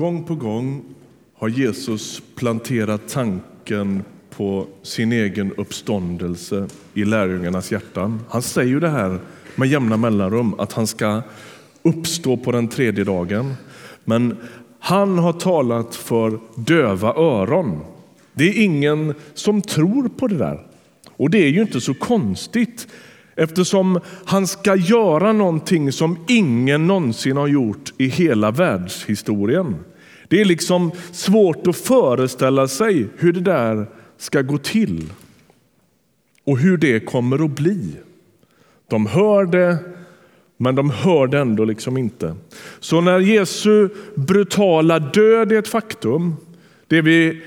Gång på gång har Jesus planterat tanken på sin egen uppståndelse i lärjungarnas hjärtan. Han säger ju det här med jämna mellanrum, att han ska uppstå på den tredje dagen. Men han har talat för döva öron. Det är ingen som tror på det där. Och det är ju inte så konstigt, eftersom han ska göra någonting som ingen någonsin har gjort i hela världshistorien. Det är liksom svårt att föreställa sig hur det där ska gå till och hur det kommer att bli. De hör det, men de hör det ändå liksom inte. Så när Jesu brutala död är ett faktum, det vi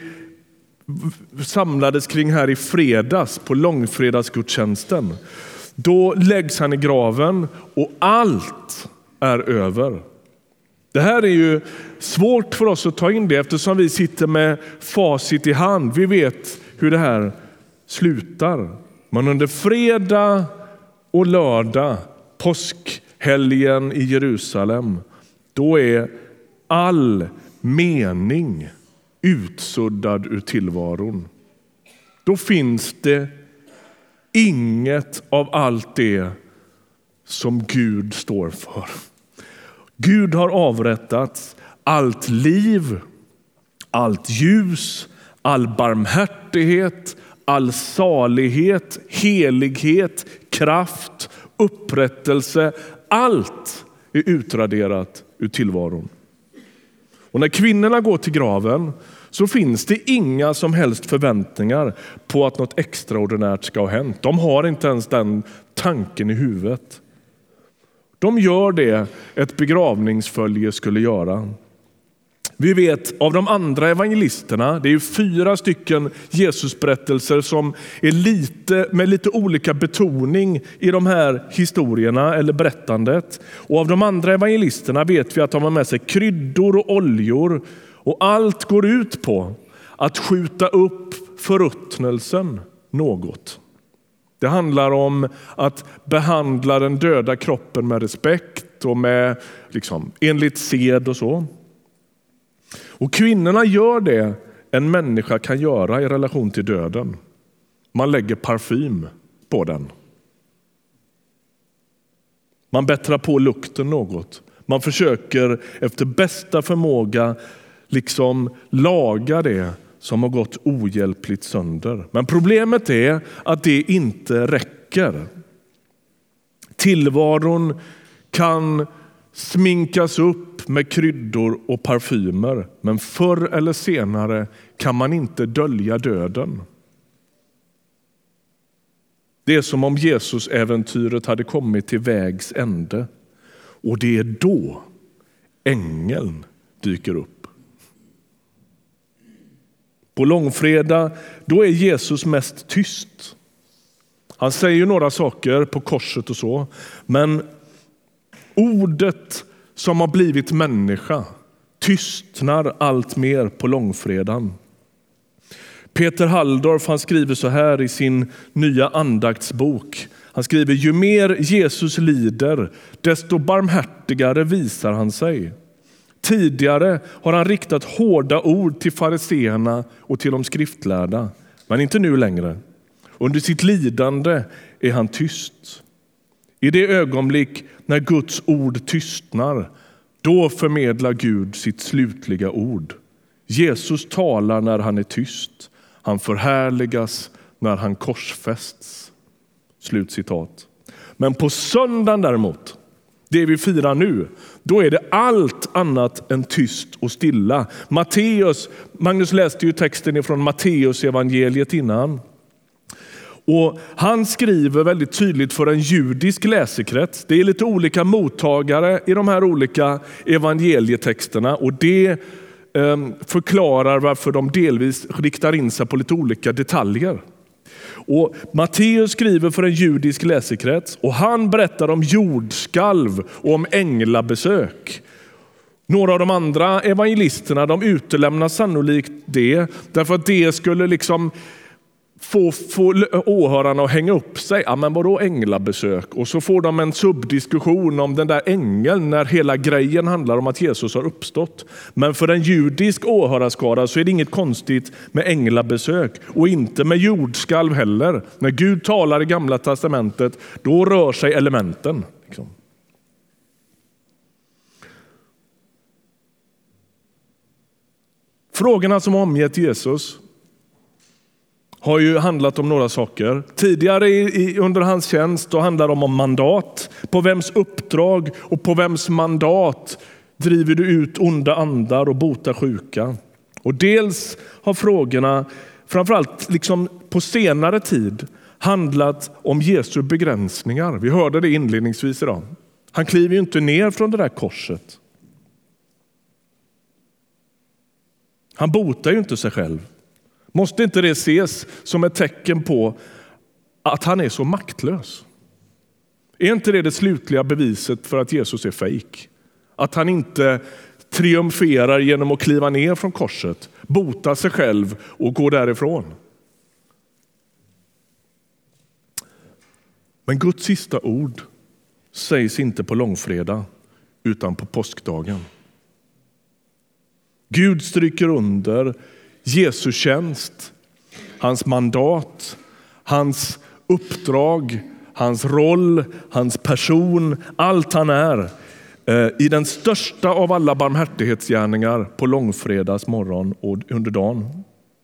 samlades kring här i fredags på långfredagsgudstjänsten, då läggs han i graven och allt är över. Det här är ju svårt för oss att ta in det, eftersom vi sitter med facit i hand. Vi vet hur det här slutar. Men under fredag och lördag, påskhelgen i Jerusalem, då är all mening utsuddad ur tillvaron. Då finns det inget av allt det som Gud står för. Gud har avrättat allt liv, allt ljus, all barmhärtighet, all salighet, helighet, kraft, upprättelse. Allt är utraderat ur tillvaron. Och när kvinnorna går till graven så finns det inga som helst förväntningar på att något extraordinärt ska ha hänt. De har inte ens den tanken i huvudet. De gör det ett begravningsfölje skulle göra. Vi vet av de andra evangelisterna, det är ju 4 stycken Jesusberättelser som är med lite olika betoning i de här historierna eller berättandet. Och av de andra evangelisterna vet vi att de har med sig kryddor och oljor, och allt går ut på att skjuta upp förruttnelsen något. Det handlar om att behandla den döda kroppen med respekt och med enligt sed och så. Och kvinnorna gör det en människa kan göra i relation till döden. Man lägger parfym på den. Man bättrar på lukten något. Man försöker efter bästa förmåga laga det som har gått ohjälpligt sönder. Men problemet är att det inte räcker. Tillvaron kan sminkas upp med kryddor och parfymer, men förr eller senare kan man inte dölja döden. Det är som om Jesus-äventyret hade kommit till vägs ände, och det är då ängeln dyker upp. På långfredag, då är Jesus mest tyst. Han säger ju några saker på korset och så, men ordet som har blivit människa tystnar allt mer på långfredagen. Peter Halldorf, han skriver så här i sin nya andaktsbok. Han skriver: ju mer Jesus lider, desto barmhärtigare visar han sig. Tidigare har han riktat hårda ord till fariseerna och till de skriftlärda, men inte nu längre. Under sitt lidande är han tyst. I det ögonblick när Guds ord tystnar, då förmedlar Gud sitt slutliga ord. Jesus talar när han är tyst. Han förhärligas när han korsfästs. Slutcitat. Men på söndagen däremot, det vi firar nu, då är det allt annat än tyst och stilla. Magnus läste ju texten från Matteus evangeliet innan. Och han skriver väldigt tydligt för en judisk läsekrets. Det är lite olika mottagare i de här olika evangelietexterna, och det förklarar varför de delvis riktar in sig på lite olika detaljer. Och Matteus skriver för en judisk läsekrets, och han berättar om jordskalv och om änglabesök. Några av de andra evangelisterna, de utelämnar sannolikt det, därför att det skulle få åhörarna att hänga upp sig. Ja, men vadå änglabesök? Och så får de en subdiskussion om den där ängeln när hela grejen handlar om att Jesus har uppstått. Men för en judisk åhörarskara så är det inget konstigt med änglabesök och inte med jordskalv heller. När Gud talar i Gamla testamentet, då rör sig elementen. Liksom. Frågorna som omgett Jesus har ju handlat om några saker. Tidigare under hans tjänst då handlar det om mandat. På vems uppdrag och på vems mandat driver du ut onda andar och botar sjuka? Och dels har frågorna, framförallt liksom på senare tid, handlat om Jesu begränsningar. Vi hörde det inledningsvis idag. Han kliver ju inte ner från det där korset. Han botar ju inte sig själv. Måste inte det ses som ett tecken på att han är så maktlös? Är inte det slutliga beviset för att Jesus är fejk? Att han inte triumferar genom att kliva ner från korset, bota sig själv och gå därifrån. Men Guds sista ord sägs inte på långfredag utan på påskdagen. Gud stryker under Jesu tjänst, hans mandat, hans uppdrag, hans roll, hans person, allt han är i den största av alla barmhärtighetsgärningar på långfredags morgon och under dagen.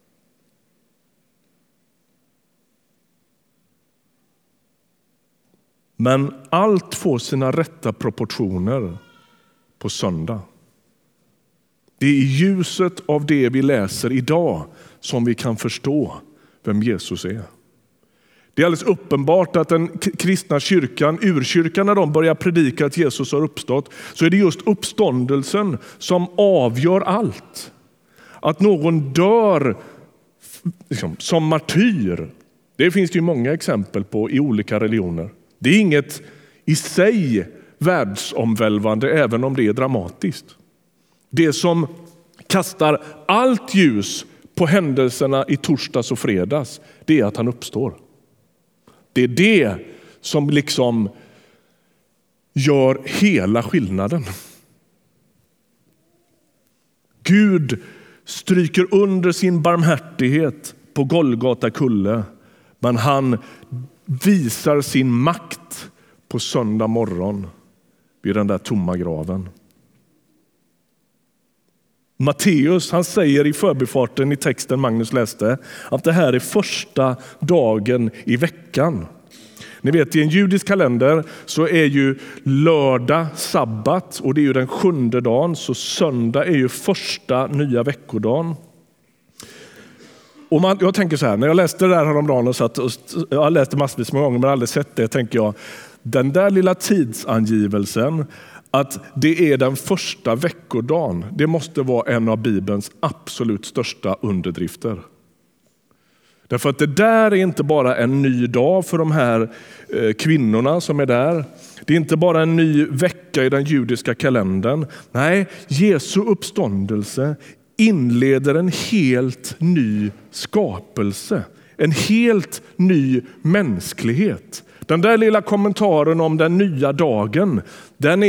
Men allt får sina rätta proportioner på söndag. Det är i ljuset av det vi läser idag som vi kan förstå vem Jesus är. Det är alldeles uppenbart att den kristna kyrkan, urkyrkan, när de börjar predika att Jesus har uppstått, så är det just uppståndelsen som avgör allt. Att någon dör liksom, som martyr, det finns det ju många exempel på i olika religioner. Det är inget i sig världsomvälvande, även om det är dramatiskt. Det som kastar allt ljus på händelserna i torsdags och fredags, det är att han uppstår. Det är det som liksom gör hela skillnaden. Gud stryker under sin barmhärtighet på Golgata kulle, men han visar sin makt på söndag morgon vid den där tomma graven. Matteus, han säger i förbifarten i texten Magnus läste att det här är första dagen i veckan. Ni vet, i en judisk kalender så är ju lördag sabbat och det är ju den 7:e dagen, så söndag är ju första nya veckodagen. Och jag tänker så här, när jag läste det där häromdagen och jag har läst det massvis med gånger men aldrig sett det, tänker jag, den där lilla tidsangivelsen att det är den första veckodagen, det måste vara en av Bibelns absolut största underdrifter. Därför att det där är inte bara en ny dag för de här kvinnorna som är där. Det är inte bara en ny vecka i den judiska kalendern. Nej, Jesu uppståndelse inleder en helt ny skapelse. En helt ny mänsklighet. Den där lilla kommentaren om den nya dagen, den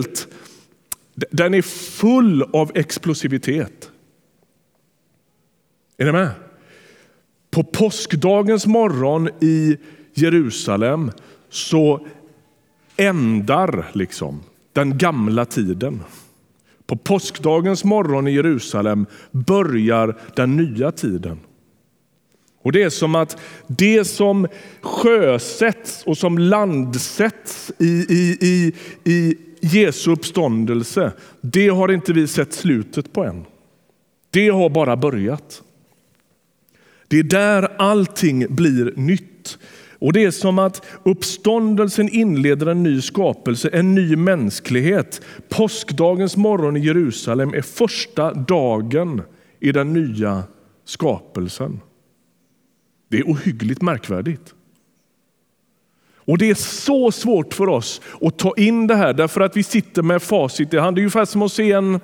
är full av explosivitet. Är ni med? På påskdagens morgon i Jerusalem så ändar liksom den gamla tiden. På påskdagens morgon i Jerusalem börjar den nya tiden. Och det är som att det som sjösätts och som landsätts i Jesu uppståndelse, det har inte vi sett slutet på än. Det har bara börjat. Det är där allting blir nytt. Och det är som att uppståndelsen inleder en ny skapelse, en ny mänsklighet. Påskdagens morgon i Jerusalem är första dagen i den nya skapelsen. Det är ohyggligt märkvärdigt. Och det är så svårt för oss att ta in det här därför att vi sitter med facit i hand. Det är ungefär som att se en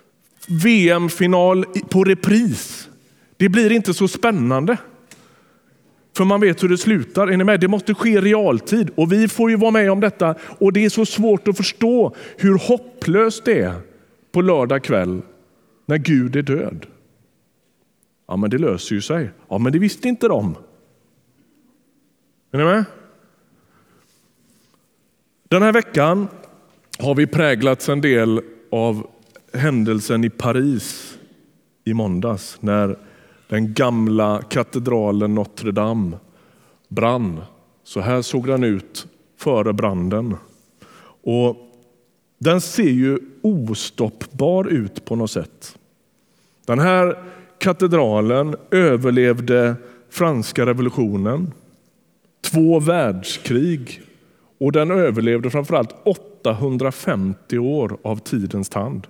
VM-final på repris. Det blir inte så spännande. För man vet hur det slutar. Är ni med? Det måste ske i realtid. Och vi får ju vara med om detta. Och det är så svårt att förstå hur hopplöst det är på lördag kväll när Gud är död. Ja, men det löser ju sig. Ja, men det visste inte de. Är ni med? Den här veckan har vi präglats en del av händelsen i Paris i måndags när den gamla katedralen Notre Dame brann. Så här såg den ut före branden. Och den ser ju ostoppbar ut på något sätt. Den här katedralen överlevde franska revolutionen, 2 världskrig och den överlevde framförallt 850 år av tidens tand.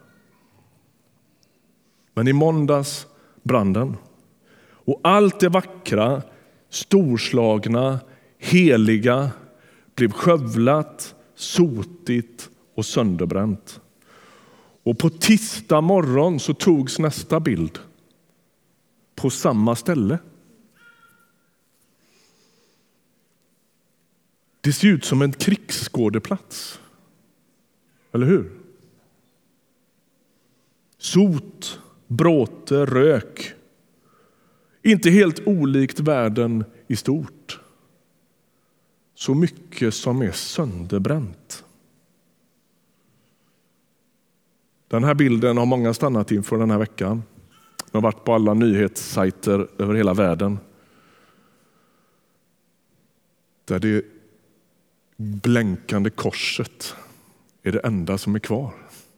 Men i måndags brann den. Och allt det vackra, storslagna, heliga blev skövlat, sotigt och sönderbränt. Och på tisdag morgon så togs nästa bild på samma ställe. Det ser ut som en krigsskådeplats. Eller hur? Sot, bråte, rök. Inte helt olikt världen i stort. Så mycket som är sönderbränt. Den här bilden har många stannat inför den här veckan. Den har varit på alla nyhetssajter över hela världen. Där det blänkande korset är det enda som är kvar.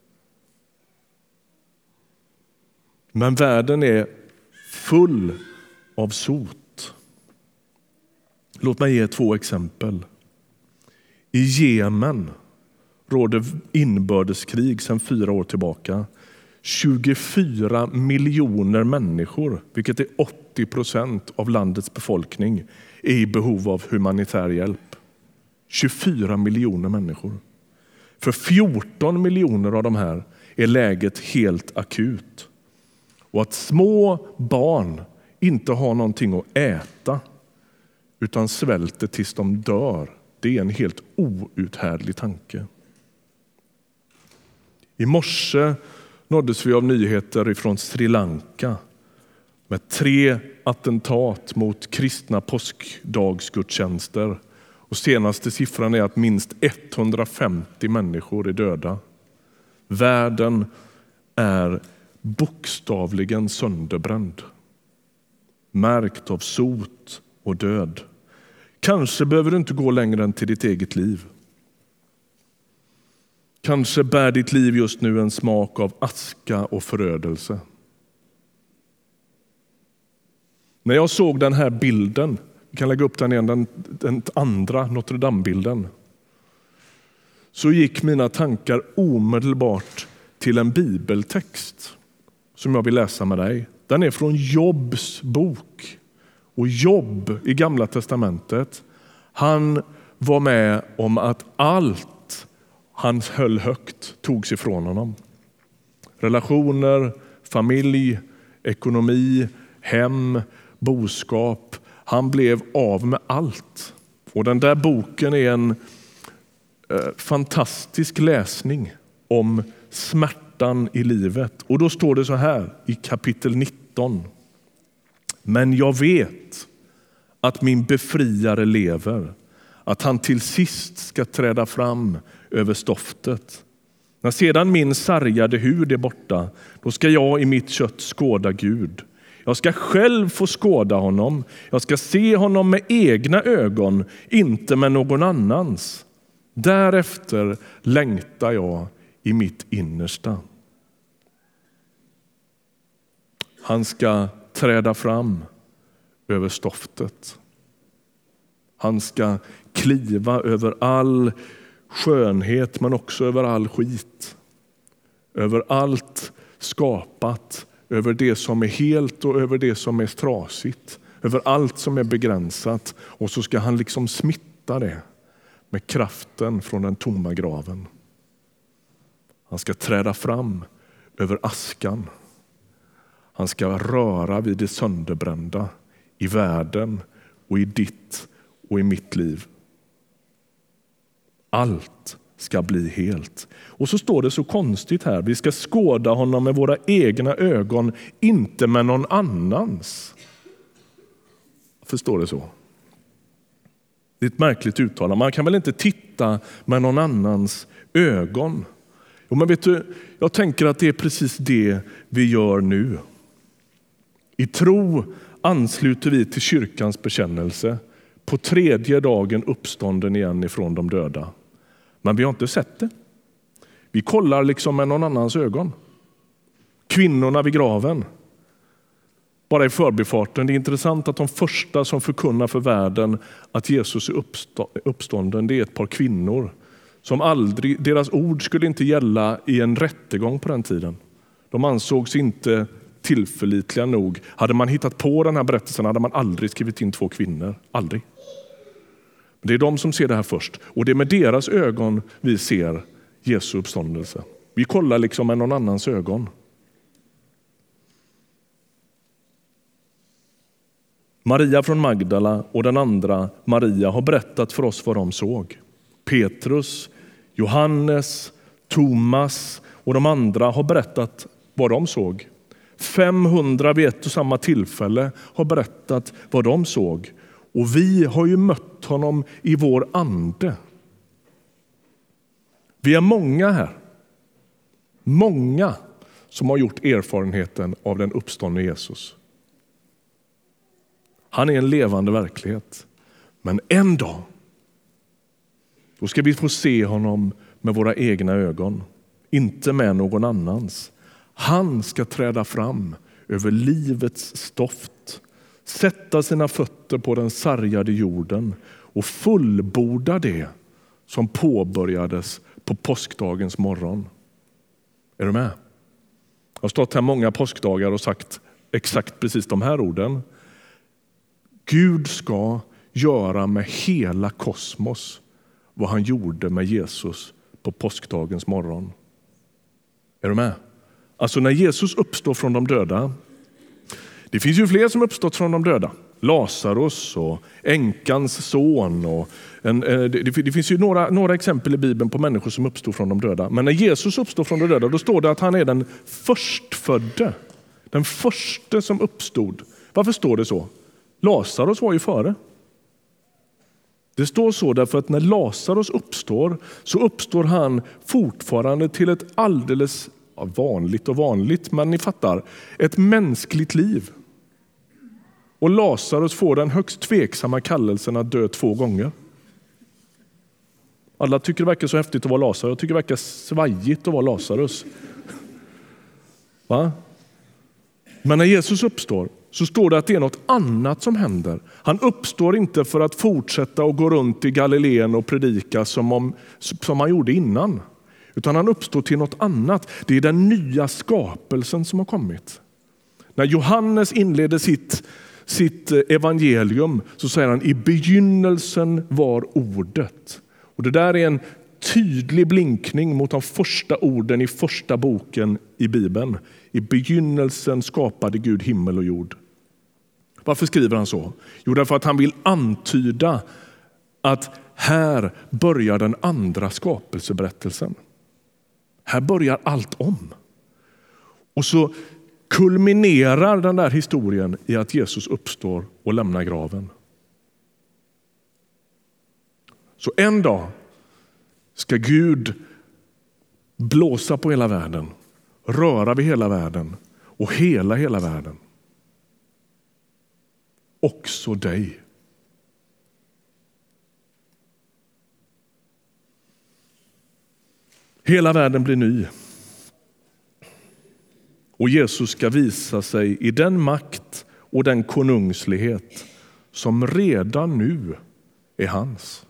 Men världen är full av sot. Låt mig ge 2 exempel. I Jemen råder inbördeskrig sedan 4 år tillbaka. 24 miljoner människor, vilket är 80% av landets befolkning, är i behov av humanitär hjälp. 24 miljoner människor. För 14 miljoner av de här är läget helt akut. Och att små barn inte har någonting att äta utan svälter tills de dör, det är en helt outhärdlig tanke. I morse nåddes vi av nyheter från Sri Lanka med 3 attentat mot kristna påskdagsgudstjänster. Och senaste siffran är att minst 150 människor är döda. Världen är bokstavligen sönderbränd. Märkt av sot och död. Kanske behöver du inte gå längre än till ditt eget liv. Kanske bär ditt liv just nu en smak av aska och förödelse. När jag såg den här bilden, vi kan lägga upp den igen, den andra Notre Dame-bilden, så gick mina tankar omedelbart till en bibeltext som jag vill läsa med dig. Den är från Jobs bok. Och Job i Gamla testamentet, han var med om att allt han höll högt togs ifrån honom. Relationer, familj, ekonomi, hem, boskap. Han blev av med allt. Och den där boken är en fantastisk läsning om smärtan i livet. Och då står det så här i kapitel 19. Men jag vet att min befriare lever, att han till sist ska träda fram över stoftet. När sedan min sargade hud är borta, då ska jag i mitt kött skåda Gud. Jag ska själv få skåda honom. Jag ska se honom med egna ögon, inte med någon annans. Därefter längtar jag i mitt innersta. Han ska träda fram över stoftet. Han ska kliva över all skönhet men också över all skit. Över allt skapat, över det som är helt och över det som är trasigt. Över allt som är begränsat. Och så ska han liksom smitta det med kraften från den tomma graven. Han ska träda fram över askan. Han ska röra vid det sönderbrända i världen och i ditt och i mitt liv. Allt ska bli helt. Och så står det så konstigt här. Vi ska skåda honom med våra egna ögon, inte med någon annans. Förstår det så? Det är ett märkligt uttalande. Man kan väl inte titta med någon annans ögon? Jo, men vet du, jag tänker att det är precis det vi gör nu. I tro ansluter vi till kyrkans bekännelse. På 3:e dagen uppstånden igen ifrån de döda. Men vi har inte sett det. Vi kollar liksom med någon annans ögon. Kvinnorna vid graven. Bara i förbifarten. Det är intressant att de första som förkunnar för världen att Jesus är uppstånden, det är ett par kvinnor. Som aldrig, deras ord skulle inte gälla i en rättegång på den tiden. De ansågs inte tillförlitliga nog. Hade man hittat på den här berättelsen hade man aldrig skrivit in 2 kvinnor. Aldrig. Det är de som ser det här först. Och det är med deras ögon vi ser Jesu uppståndelse. Vi kollar liksom med någon annans ögon. Maria från Magdala och den andra Maria har berättat för oss vad de såg. Petrus, Johannes, Thomas och de andra har berättat vad de såg. 500 vid ett och samma tillfälle har berättat vad de såg. Och vi har ju mött honom i vår ande. Vi är många här. Många som har gjort erfarenheten av den uppståndne Jesus. Han är en levande verklighet. Men en dag, då ska vi få se honom med våra egna ögon. Inte med någon annans. Han ska träda fram över livets stoft. Sätta sina fötter på den sargade jorden och fullborda det som påbörjades på påskdagens morgon. Är du med? Jag har stått här många påskdagar och sagt exakt precis de här orden. Gud ska göra med hela kosmos vad han gjorde med Jesus på påskdagens morgon. Är du med? Alltså när Jesus uppstår från de döda, det finns ju fler som uppstått från de döda. Lazarus och änkans son. Och det finns ju några exempel i Bibeln på människor som uppstår från de döda. Men när Jesus uppstår från de döda, då står det att han är den förstfödde. Den första som uppstod. Varför står det så? Lazarus var ju före. Det står så därför att när Lazarus uppstår så uppstår han fortfarande till ett alldeles vanligt, men ni fattar, ett mänskligt liv. Och Lazarus får den högst tveksamma kallelsen att dö 2 gånger. Alla tycker det verkar så häftigt att vara Lazarus. Jag tycker det verkar svajigt att vara Lazarus. Va? Men när Jesus uppstår så står det att det är något annat som händer. Han uppstår inte för att fortsätta att gå runt i Galileen och predika som han gjorde innan. Utan han uppstår till något annat. Det är den nya skapelsen som har kommit. När Johannes inleder sitt evangelium så säger han i begynnelsen var ordet. Och det där är en tydlig blinkning mot de första orden i första boken i Bibeln. I begynnelsen skapade Gud himmel och jord. Varför skriver han så? Jo, därför att han vill antyda att här börjar den andra skapelseberättelsen. Här börjar allt om. Och så kulminerar den där historien i att Jesus uppstår och lämnar graven. Så en dag ska Gud blåsa på hela världen, röra vid hela världen och hela världen. Också dig. Hela världen blir ny. Och Jesus ska visa sig i den makt och den konungslighet som redan nu är hans.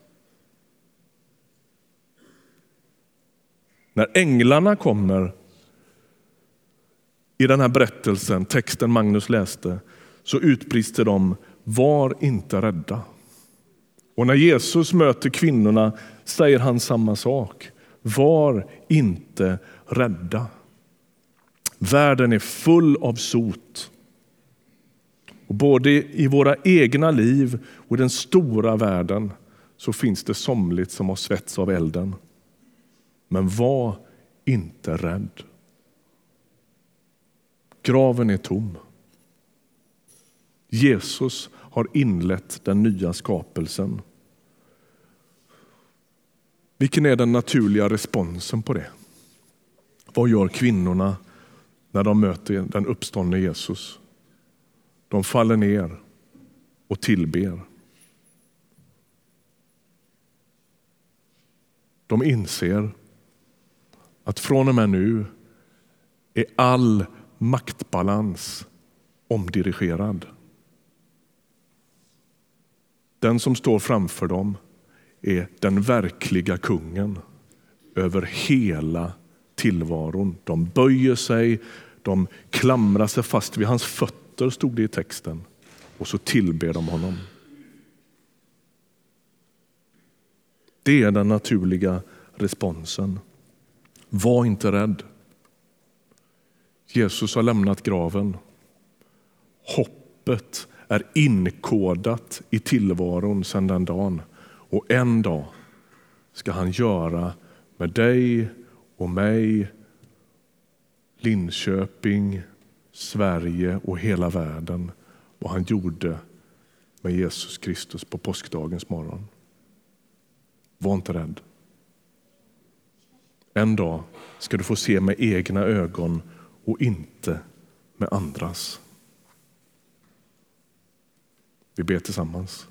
När änglarna kommer i den här berättelsen, texten Magnus läste, så utbrister de: var inte rädda. Och när Jesus möter kvinnorna säger han samma sak. Var inte rädda. Världen är full av sot. Och både i våra egna liv och i den stora världen så finns det somligt som har svetts av elden. Men var inte rädd. Graven är tom. Jesus har inlett den nya skapelsen. Vilken är den naturliga responsen på det? Vad gör kvinnorna när de möter den uppståndne Jesus? De faller ner och tillber. De inser att från och med nu är all maktbalans omdirigerad. Den som står framför dem är den verkliga kungen över hela tillvaron. De böjer sig, de klamrar sig fast vid hans fötter, stod det i texten, och så tillber de honom. Det är den naturliga responsen. Var inte rädd. Jesus har lämnat graven. Hoppet är inkodat i tillvaron sedan den dagen. Och en dag ska han göra med dig och mig, Linköping, Sverige och hela världen vad han gjorde med Jesus Kristus på påskdagens morgon. Var inte rädd. En dag ska du få se med egna ögon och inte med andras. Vi ber tillsammans.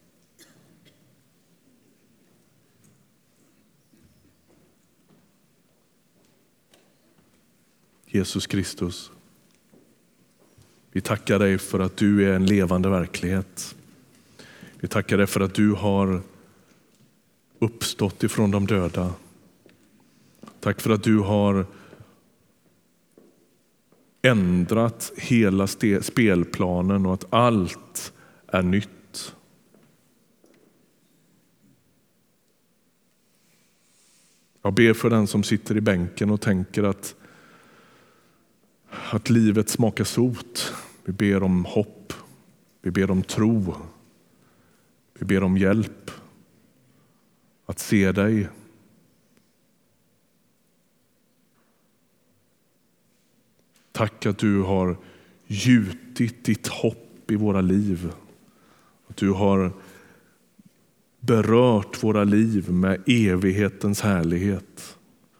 Jesus Kristus, vi tackar dig för att du är en levande verklighet. Vi tackar dig för att du har uppstått ifrån de döda. Tack för att du har ändrat hela spelplanen och att allt är nytt. Jag ber för den som sitter i bänken och tänker att livet smakar sot. Vi ber om hopp. Vi ber om tro. Vi ber om hjälp att se dig. Tack att du har gjutit ditt hopp i våra liv. Att du har berört våra liv med evighetens härlighet.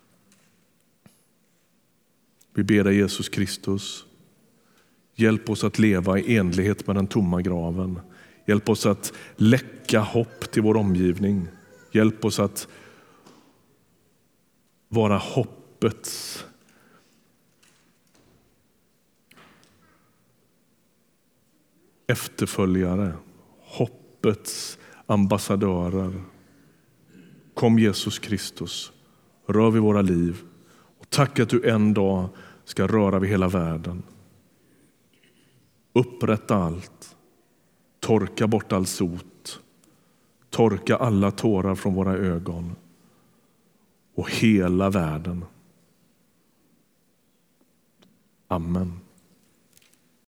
Vi ber dig Jesus Kristus, hjälp oss att leva i enlighet med den tomma graven. Hjälp oss att läcka hopp till vår omgivning. Hjälp oss att vara hoppets efterföljare, hoppets ambassadörer. Kom Jesus Kristus, rör vid våra liv. Och tack att du en dag ska röra vid hela världen. Upprätta allt, torka bort all sot, torka alla tårar från våra ögon och hela världen. Amen.